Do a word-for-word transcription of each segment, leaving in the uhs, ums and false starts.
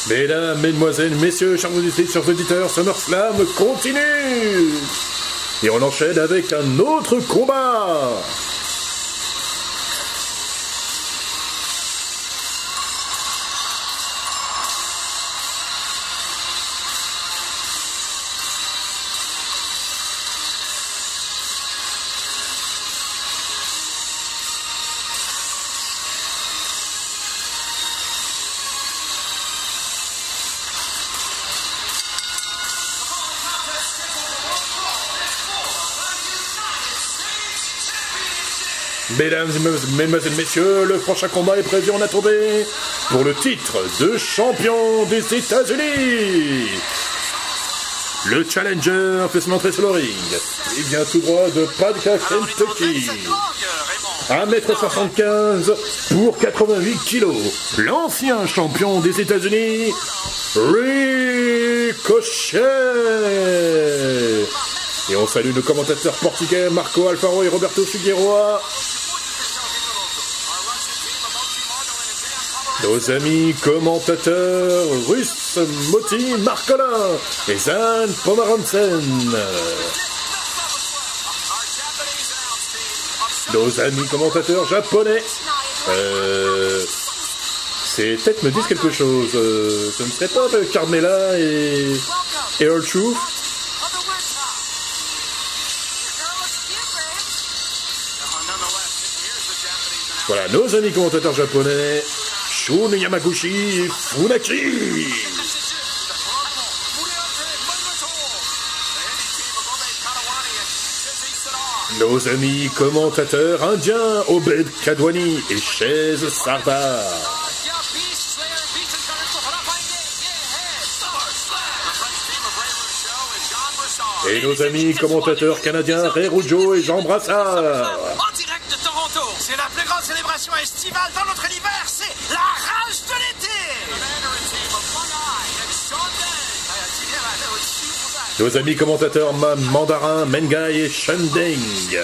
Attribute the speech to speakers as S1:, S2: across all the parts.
S1: Mesdames, mesdemoiselles, messieurs, chers auditrices, chers auditeurs, SummerSlam continue. Et on enchaîne avec un autre combat. Mesdames, mesdemoiselles, messieurs, le prochain combat est prévu en attendant pour le titre de champion des États-Unis. Le challenger fait son entrée sur le ring. Il vient tout droit de Paducah, Kentucky. un mètre soixante-quinze pour quatre-vingt-huit kilos. L'ancien champion des États-Unis, Ricochet. Et on salue nos commentateurs portugais Marco Alfaro et Roberto Figueroa. Nos amis commentateurs russes Moti Marcolin et Zan Pomerantzen. Nos amis commentateurs japonais. Euh, ces têtes me disent quelque chose. Euh, ce ne serait pas de Carmella et Earl Truth. Voilà, nos amis commentateurs japonais, Shun Yamaguchi et Funaki. Nos amis commentateurs indiens, Obed Kadwani et Chaise Sardar. Et nos amis commentateurs canadiens, Ray Rougeau et Jean Brassard.
S2: C'est la plus grande célébration estivale dans notre univers, c'est la rage de l'été.
S1: Nos amis commentateurs Mandarin, Mengai et Shandeng.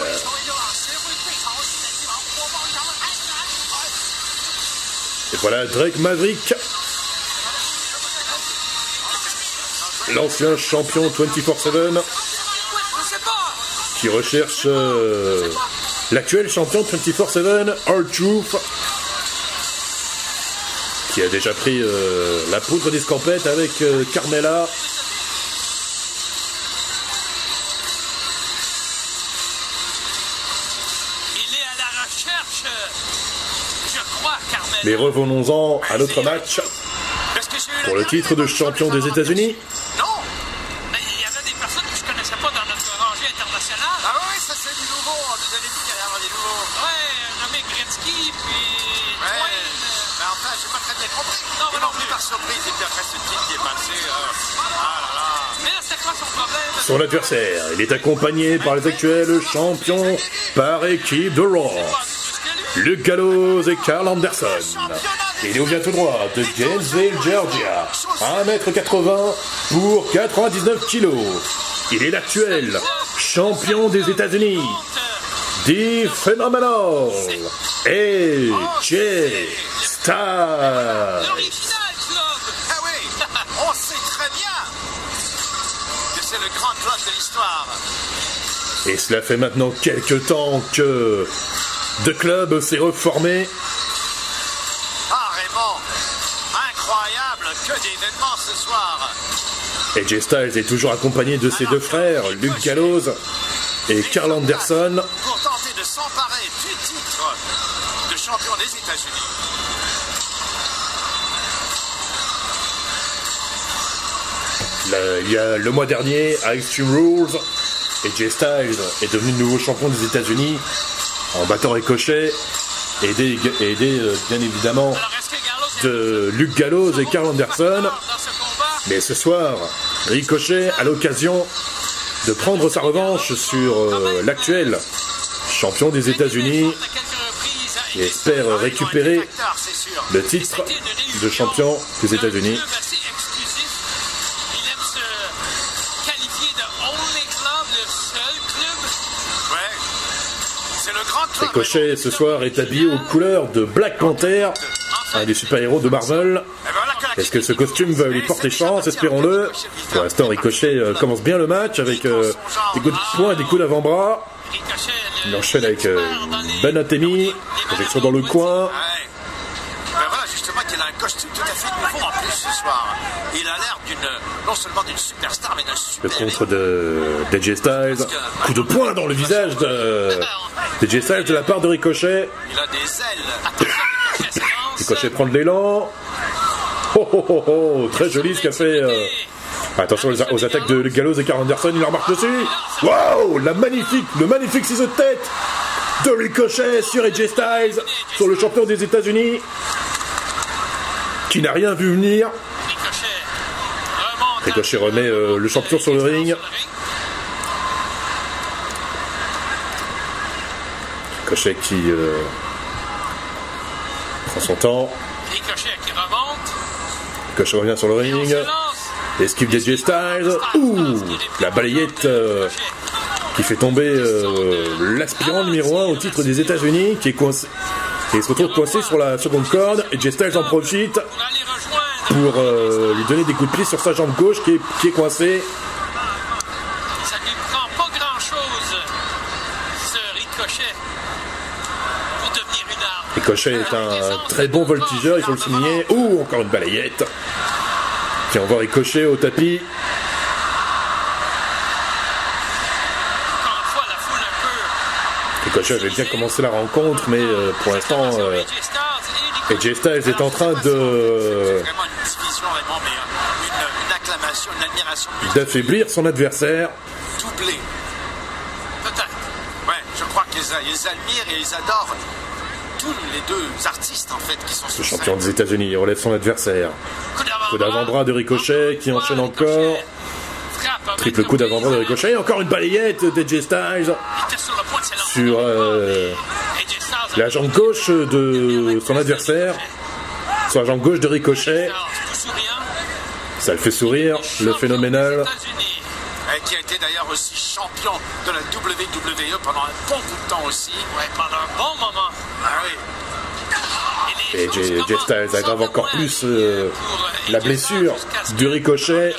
S1: Et voilà Drake Maverick, l'ancien champion vingt-quatre sept, qui recherche euh, l'actuel champion vingt-quatre sept, R-Truth, qui a déjà pris euh, la poudre d'escampette avec euh, Carmella.
S2: Il est à la recherche, je crois, Carmella.
S1: Mais revenons-en à notre match pour le titre de champion des États-Unis.
S2: Non, mais il y avait des personnes que je connaissais pas dans notre rangée internationale. Ah oui, ça c'est du nouveau, on nous avait dit qu'il allait y avoir des nouveaux. Ouais, nommé Gretzky, puis... Ouais, mais enfin, j'ai pas très bien compris. Non, mais non plus par surprise, et puis après ce titre qui est passé, euh... ah là là. Mais là, c'est quoi son problème?
S1: Son adversaire, il est accompagné par les actuels champions par équipe de Raw, Luke Gallows et Karl Anderson. Il nous vient tout droit de Gainesville, Georgia, un mètre quatre-vingts pour quatre-vingt-dix-neuf kilos. Il est l'actuel champion des États-Unis, The Phenomenal A J Styles.
S2: L'original club. Ah oui, on sait très bien que c'est le grand club de l'histoire.
S1: Et cela fait maintenant quelques temps que The Club s'est reformé.
S2: Ah Raymond, incroyable, que d'événements ce soir.
S1: A J Styles est toujours accompagné de ses deux frères, Luke Gallows et Karl Anderson.
S2: Pour tenter de s'emparer du titre de champion des États-Unis.
S1: Là, il y a le mois dernier, à Extreme Rules, A J Styles est devenu nouveau champion des États-Unis en battant Ricochet, aidé, aidé euh, bien évidemment de Luke Gallows et Karl Anderson. Mais ce soir, Ricochet a l'occasion de prendre sa revanche sur euh, l'actuel champion des États-Unis et espère récupérer le titre de champion des États-Unis. Ricochet ce soir est habillé aux couleurs de Black Panther, un des super-héros de Marvel.
S2: Et voilà que
S1: Est-ce que ce costume va lui porter chance? Espérons-le. Pour l'instant, Ricochet euh, commence bien le match avec euh, des coups de poing, des coups d'avant-bras. Il enchaîne avec euh, Ben Atemi, projection dans le coin.
S2: Justement qu'il a un costume tout à fait nouveau en plus ce soir. Il a l'air d'une, non seulement d'une superstar, mais d'un super.
S1: Le contre de D J Styles. Coup de poing dans le visage de D J Styles de la part de Ricochet.
S2: Il a des ailes.
S1: Ricochet prend de l'élan. Oh oh oh oh, très joli ce qu'a fait. Euh... Attention aux, aux attaques de Gallows et Karl Anderson, il leur marque dessus. Waouh, la magnifique, le magnifique ciseau de tête de Ricochet sur A J Styles, sur le champion des États-Unis, qui n'a rien vu venir. Ricochet remet euh, le champion sur le ring. Ricochet qui euh, prend son temps. Ricochet revient sur le ring. Esquive d'A J Styles. Ouh, la balayette euh, qui fait tomber euh, l'aspirant numéro un au titre des États-Unis, qui est coincé. Et il se retrouve coincé sur la seconde corde. A J Styles en profite pour euh, lui donner des coups de pied sur sa jambe gauche qui est, qui est coincée.
S2: Ça ne lui prend pas grand-chose, ce Ricochet, pour devenir une arme.
S1: Ricochet est un très bon voltigeur, il faut le souligner. Ouh, encore une balayette qui envoie Ricochet au tapis. Ricochet avait bien commencé la rencontre, mais euh, pour l'instant, euh, A J Styles est en train de d'affaiblir son adversaire.
S2: Doublé. Peut-être. Ouais, je crois qu'ils ils admirent et ils adorent tous les deux artistes en fait qui sont
S1: le champion des États-Unis relève son adversaire. Coup d'avant-bras de Ricochet qui enchaîne encore. Triple coup d'avant-bras de Ricochet. Encore une balayette d'A J Styles sur euh, la jambe gauche de son adversaire. Sur la jambe gauche de Ricochet. Ça le fait sourire, le phénoménal.
S2: Qui a été d'ailleurs aussi champion de la W W E pendant un bon bout de temps aussi. Ouais, pendant un bon moment. Ah oui.
S1: Et J J Styles aggrave encore plus euh, la blessure du Ricochet.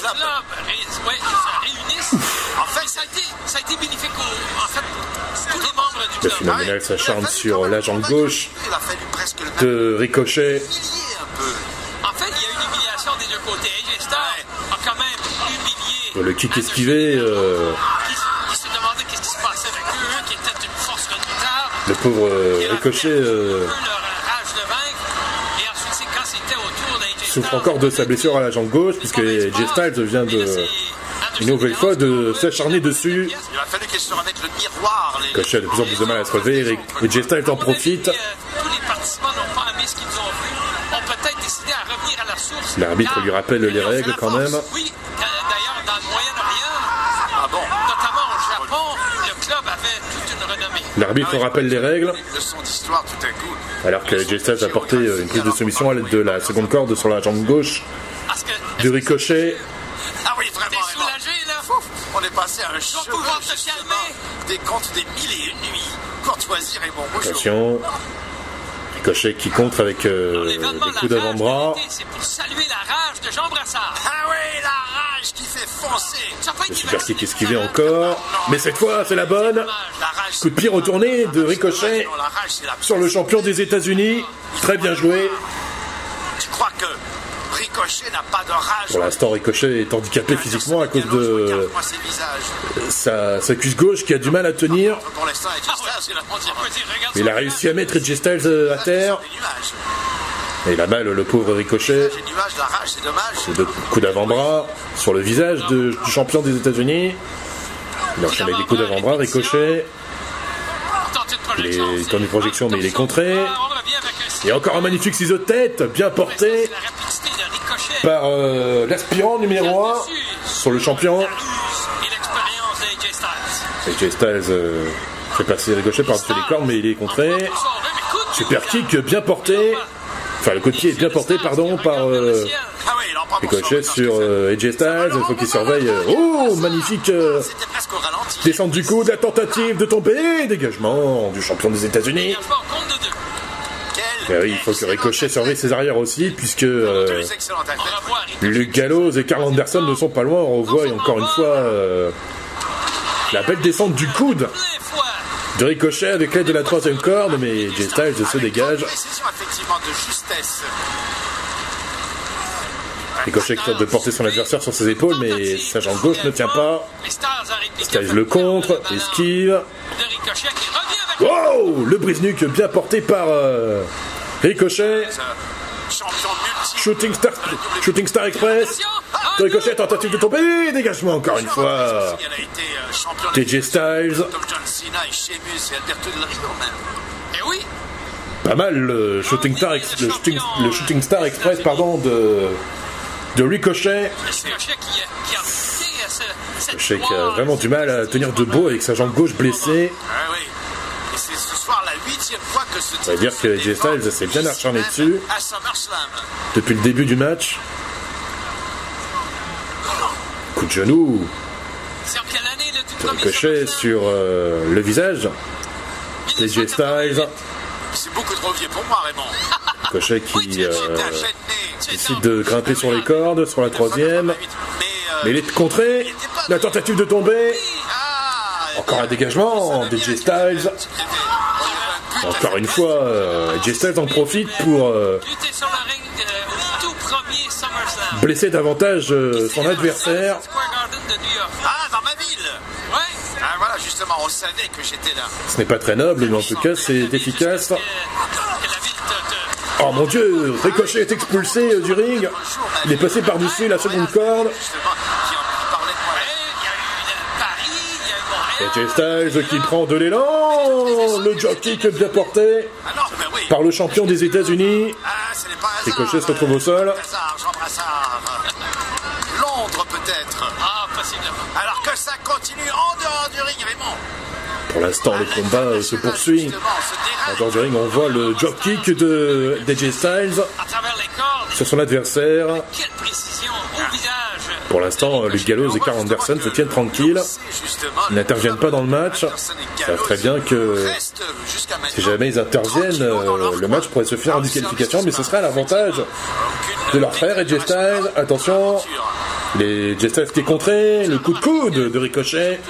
S1: Le phénoménal s'acharne sur la jambe gauche de Ricochet.
S2: En fait, il y a une humiliation des deux côtés. A J Styles a quand même humilié.
S1: Le kick esquivé. Euh...
S2: Il se demandait qu'est-ce qui se passait avec eux, qui était une force redoutable.
S1: Le pauvre euh, Ricochet euh... souffre encore de sa blessure à la jambe gauche, puisque A J Styles vient de une nouvelle fois de s'acharner dessus.
S2: Il a fallu qu'il se remette le miroir.
S1: Ricochet a de plus en plus de mal à se relever, et A J Styles en profite.
S2: Tous les participants n'ont pas aimé ce qu'ils ont vu. On peut-être décidé à revenir à la source.
S1: L'arbitre lui rappelle les règles quand même.
S2: Oui, d'ailleurs dans le Moyen-Orient, ah bon, notamment au Japon, le club avait toute une renommée.
S1: L'arbitre rappelle les règles. Alors que A J Styles a porté une prise de soumission à l'aide de la seconde corde sur la jambe gauche du Ricochet.
S2: Ah oui, vraiment. T'es soulagé là? On est passé à un show. On va pouvoir se calmer. Des contes des mille et une nuits. Courtoisie et bon bonjour.
S1: Attention. Ricochet qui contre avec euh, des coups d'avant-bras.
S2: C'est pour saluer la rage de Jean Brassard. Ah oui, la rage qui fait foncer.
S1: Le super kick esquivé encore. Mais cette fois, c'est la bonne. Coup de pied retourné de Ricochet sur le champion des États-Unis. Très bien joué.
S2: Tu crois que Ricochet n'a pas de rage?
S1: Pour l'instant, Ricochet est handicapé physiquement à cause de sa, sa cuisse gauche qui a du mal à tenir. Il a réussi à mettre A J Styles à terre. Et il a mal, le pauvre Ricochet. C'est deux coups d'avant-bras sur le visage de, du champion des États-Unis. Il enchaîne avec des coups d'avant-bras, Ricochet. Il est dans une projection, mais il est contré. Et encore un magnifique ciseau de tête, bien porté par euh, l'aspirant numéro un sur le champion. A J Styles euh, fait passer Ricochet par-dessus les cordes, mais il est contré. Super kick bien porté. Enfin, le coup de pied est bien porté, pardon, par euh, Ricochet sur euh, A J Styles. Il faut qu'il surveille. Euh, oh, magnifique euh, descente du coude, la tentative de tomber. Dégagement du champion des États-Unis. Et oui, il faut que Ricochet surveille ses arrières aussi, puisque euh, Luke Gallows et Karl Anderson ne sont pas loin. On revoit encore une fois euh, la belle descente du coude de Ricochet avec l'aide de la troisième corde, mais J Styles se dégage. Ricochet qui tente de porter son adversaire sur ses épaules, mais sa jambe gauche ne tient pas. Styles le contre, esquive. Wow, le brise-nuque bien porté par euh, Ricochet. Shooting Star, Shooting Star Express. Ricochet, tentative de tomber, dégagement encore une fois. T J Styles. Pas mal le Shooting Star, le shooting, le shooting Star Express pardon, de, de Ricochet. Ricochet qui a vraiment du mal à tenir debout avec sa jambe gauche blessée. Ça veut dire que J Styles s'est bien acharné dessus depuis le début du match. Coup de genou. Ricochet sur euh, le visage. T J Styles.
S2: C'est beaucoup trop vieux pour moi, Raymond.
S1: Ricochet qui euh, décide de grimper sur les cordes, sur la troisième. Mais il est contré. La tentative de tomber. Encore un dégagement de J Styles. Encore une fois, euh, J Styles en profite pour euh, blesser davantage euh, son adversaire.
S2: Ah, dans ma ville. Ah, voilà, justement, on savait que j'étais là.
S1: Ce n'est pas très noble, mais en tout cas, c'est efficace. Oh mon Dieu, Ricochet est expulsé euh, du ring. Il est passé par-dessus la seconde corde. Et J Styles qui prend de l'élan. Le dropkick bien porté par le champion des États-Unis. Ricochet se retrouve au sol.
S2: Londres peut-être. Ah, possiblement. Alors que ça continue en dehors du ring, Raymond.
S1: Pour l'instant, le combat se poursuit. En dehors du ring, on voit le dropkick de D J Styles sur son adversaire. Pour l'instant, Luke Gallows et Karl Anderson se tiennent tranquilles. Ils n'interviennent pas dans le match. Ils savent très bien que si jamais ils interviennent, le match pourrait se faire en disqualification, mais ce serait à l'avantage de leur frère et J Styles. Attention, les J Styles qui est contré, le coup de coude de Ricochet.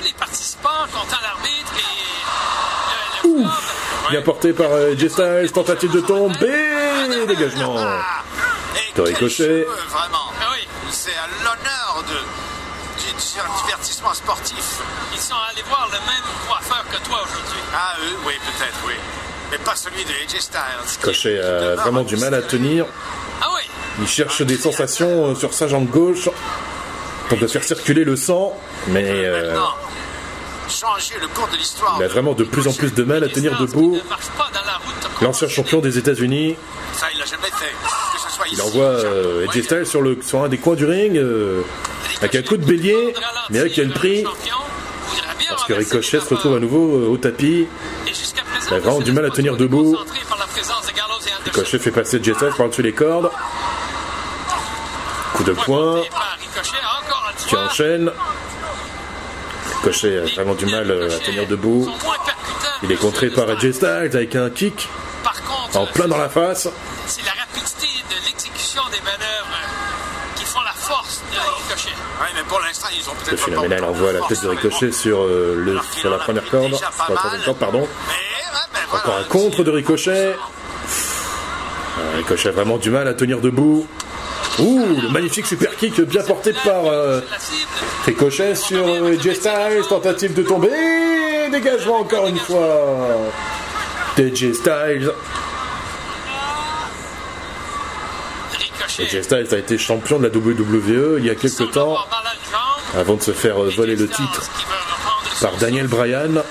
S1: Ouf, bien porté par J Styles, tentative de tomber, dégagement de Ricochet.
S2: C'est à l'honneur de, du, du divertissement sportif. Ils sont allés voir le même coiffeur que toi aujourd'hui. Ah, eux, oui, peut-être, oui. Mais pas celui de A J Styles.
S1: Ricochet a vraiment du mal à tenir. Ah oui. Il cherche des sensations sur sa jambe gauche pour de faire circuler le sang, mais euh,
S2: changer le cours de l'histoire.
S1: Il a vraiment de plus en plus de mal à tenir debout. L'ancien champion des États-Unis.
S2: Ça, il l'a jamais fait.
S1: Il envoie euh, A J Styles sur, le, sur un des coins du ring euh, avec un coup de bélier, mais à quel prix? Parce que Ricochet se retrouve à nouveau euh, au tapis. Il a vraiment du mal à tenir debout. Ricochet fait passer J Styles par-dessus les cordes. Coup de poing qui enchaîne. Ricochet a vraiment du mal euh, à tenir debout. Il est contré par A J Styles avec un kick en plein dans la face.
S2: C'est la rapidité de l'exécution des manœuvres qui font la force de Ricochet. Oui, mais pour l'instant, ils ont peut-être.
S1: Le phénoménal envoie la tête de Ricochet sur, euh, le, sur la première corde, sur la troisième corde, pardon. Encore un contre de Ricochet. Euh, Ricochet a vraiment du mal à tenir debout. Ouh, le magnifique super kick bien porté par euh, Ricochet sur euh, J Styles, tentative de tomber, dégagement encore une fois de J Styles. Et J Styles a été champion de la W W E il y a quelques temps, avant de se faire voler le titre par Daniel Bryan.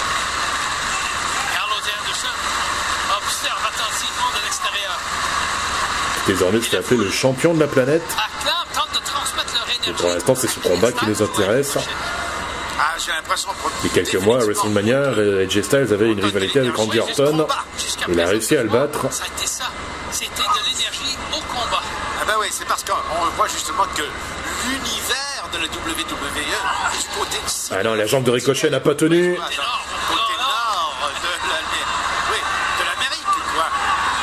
S1: Désormais, c'est appelé le champion de la planète. Et pour l'instant, c'est ce combat qui nous intéresse. Il y a quelques mois, à WrestleMania, A J Styles avait une rivalité avec Randy Orton. Il a réussi à le battre.
S2: C'était de l'énergie au combat. Ah ben oui, c'est parce qu'on voit justement que l'univers de la W W E du côté de...
S1: Ah non, la jambe de Ricochet n'a pas tenu.
S2: Côté nord de l'Amérique, quoi.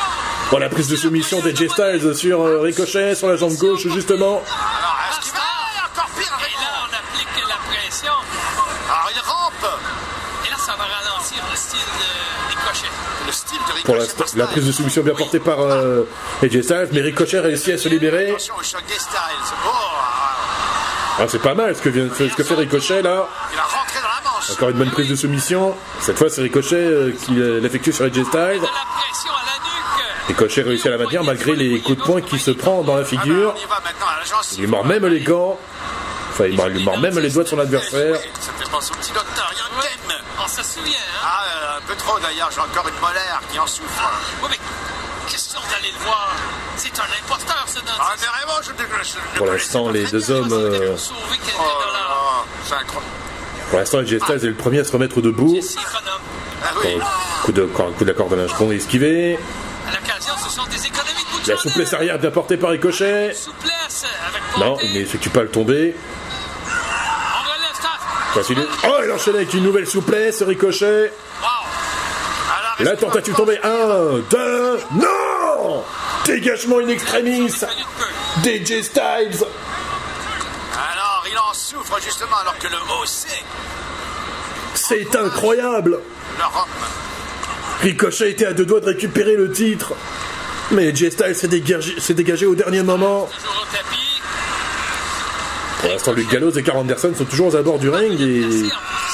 S1: Bon, la prise de soumission d'A J Styles sur euh, Ricochet, sur la jambe gauche, justement.
S2: Alors, est-ce qu'il va encore pire avec Et là, on applique la pression. Alors, il rampe. Et là, ça va ralentir le style de Ricochet. Le style de Ricochet.
S1: Pour l'instant, la prise de soumission bien portée par euh, A J Styles, mais Ricochet réussit à se libérer.
S2: Attention au choc des Styles. Oh,
S1: ah, c'est pas mal ce que, vient, ce que fait Ricochet, là.
S2: il a rentré dans la manche.
S1: Encore une bonne prise de soumission. Cette fois, c'est Ricochet euh, qui euh, l'effectue sur A J Styles.
S2: De la pression à la nuque.
S1: Ricochet réussit à la maintenir malgré les coups de poing qu'il se prend dans la figure.
S2: On y va maintenant à la gencive.
S1: Il lui mord même les gants. Enfin, il lui mord même les doigts de son adversaire.
S2: Ça fait penser au petit docteur Yankem. On se souvient, hein? Ah, euh, un peu trop d'ailleurs, j'ai encore une molaire qui en souffre. Oui, mais question d'aller le voir. C'est un imposteur, ce dentiste. Ah, mais vraiment, je ne
S1: Pour l'instant, les deux hommes... Euh...
S2: Oh, oh, c'est incroyable.
S1: Pour l'instant, A J Styles est le premier à se remettre debout.
S2: Ah, oui.
S1: Coup de, coup de corde de linge rond esquivé.
S2: À l'occasion, ce sont des économies de bout de
S1: La souplesse arrière bien portée par Ricochet.
S2: Souplesse avec
S1: non, il n'effectue pas le tombé.
S2: On relève ça.
S1: Continue. Oh, il enchaîne avec une nouvelle souplesse, Ricochet.
S2: Wow. Alors,
S1: la tentative tombée. Un, deux, non! Dégagement in extremis d'A J Styles.
S2: Alors, il en souffre justement alors que le O C.
S1: C'est incroyable.
S2: L'Europe.
S1: Ricochet était à deux doigts de récupérer le titre. Mais A J Styles s'est dégagé, s'est dégagé au dernier moment.
S2: Toujours au tapis.
S1: Pour l'instant, Luke Gallows et Karl Anderson sont toujours à bord du ring et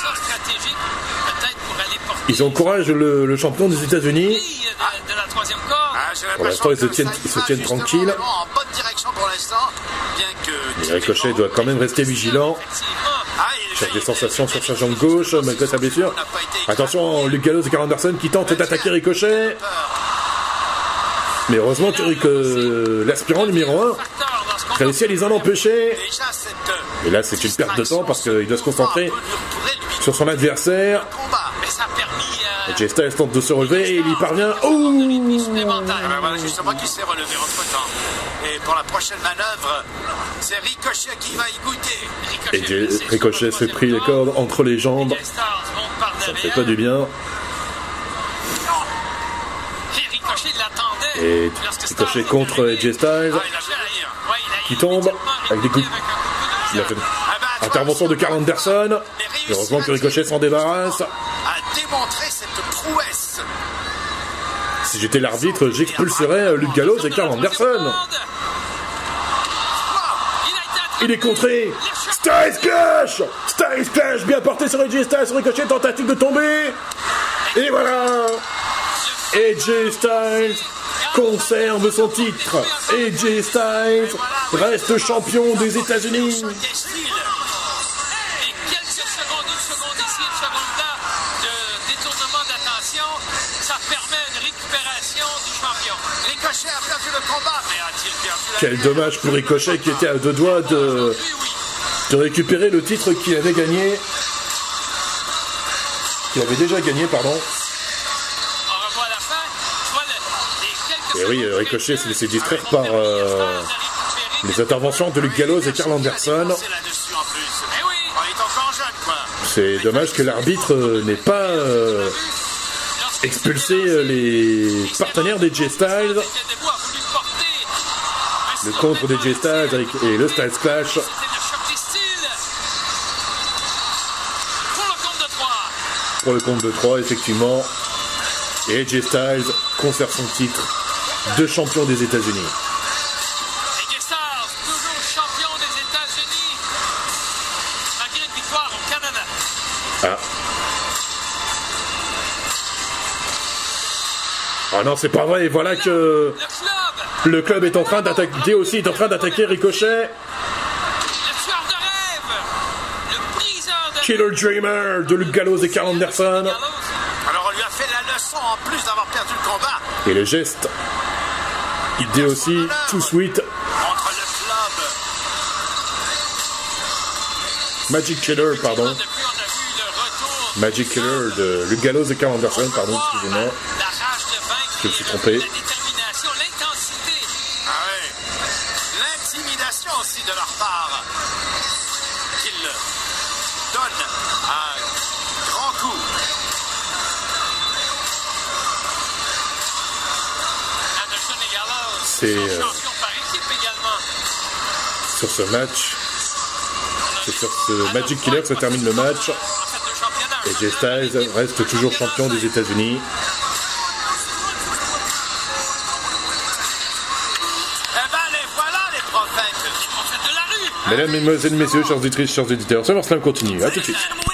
S1: ils encouragent le, le champion des États-Unis. Pour l'instant, ils se tiennent, ils se tiennent tranquilles. Mais Ricochet doit quand même rester vigilant. Cherche des sensations sur sa jambe gauche malgré sa blessure. Attention, Luke Gallows et Karl Anderson qui tentent d'attaquer Ricochet. Mais heureusement que, que l'aspirant numéro un réussit à les en empêcher. Et là, c'est une perte de temps parce qu'il doit se concentrer sur son adversaire. A J Styles tente de se relever et il y parvient. Oh!
S2: Voilà justement qui s'est relevé entre temps. Et pour la prochaine manœuvre, c'est Ricochet qui va y goûter.
S1: Et Ricochet s'est pris les cordes entre les jambes. Ça ne fait pas du bien. Et Ricochet contre A J Styles qui tombe avec des coups. Il a fait une intervention de Karl Anderson. Heureusement que Ricochet s'en débarrasse. Si j'étais l'arbitre, j'expulserais Luke Gallows et Karl Anderson. Il est contré. Styles Clash. Styles Clash bien porté sur A J Styles. Ricochet tentative de tomber. Et voilà. A J Styles conserve son titre. A J Styles reste champion des États-Unis. Quel dommage pour Ricochet qui était à deux doigts de, de récupérer le titre qu'il avait gagné. Qu'il avait déjà gagné, pardon. Et oui, Ricochet s'est laissé distraire par euh, les interventions de Luke Gallows et Karl Anderson. C'est dommage que l'arbitre n'ait pas euh, expulsé les partenaires d'A J Styles. Le contre d'A J Styles et le Styles Clash. Pour le compte de trois, effectivement. Et A J Styles conserve son titre de champion des États-Unis.
S2: A J Styles, toujours champion des États-Unis, malgré une victoire au Canada.
S1: Ah. Ah non, c'est pas vrai. Voilà que le club est en train d'attaquer. D O C est en train d'attaquer Ricochet. Killer Dreamer de Luke Gallows et Karl Anderson.
S2: Alors on lui a fait la leçon en plus d'avoir perdu le combat.
S1: Et le geste. Il dit aussi Too Sweet.
S2: Contre le club.
S1: Magic Killer, pardon. Magic Killer de Luke Gallows et Karl Anderson, pardon, excusez-moi. Je me suis trompé.
S2: La détermination, l'intensité. Ah oui. L'intimidation aussi de leur part. Qu'ils donnent un grand coup.
S1: c'est euh, sur ce match, c'est sur ce Magic Killer que se termine le match. Et Jay Styles reste toujours champion des États-Unis. Mesdames, Mesdemoiselles, Messieurs, chers auditrices, chers éditeurs, SummerSlam continue. À tout de suite.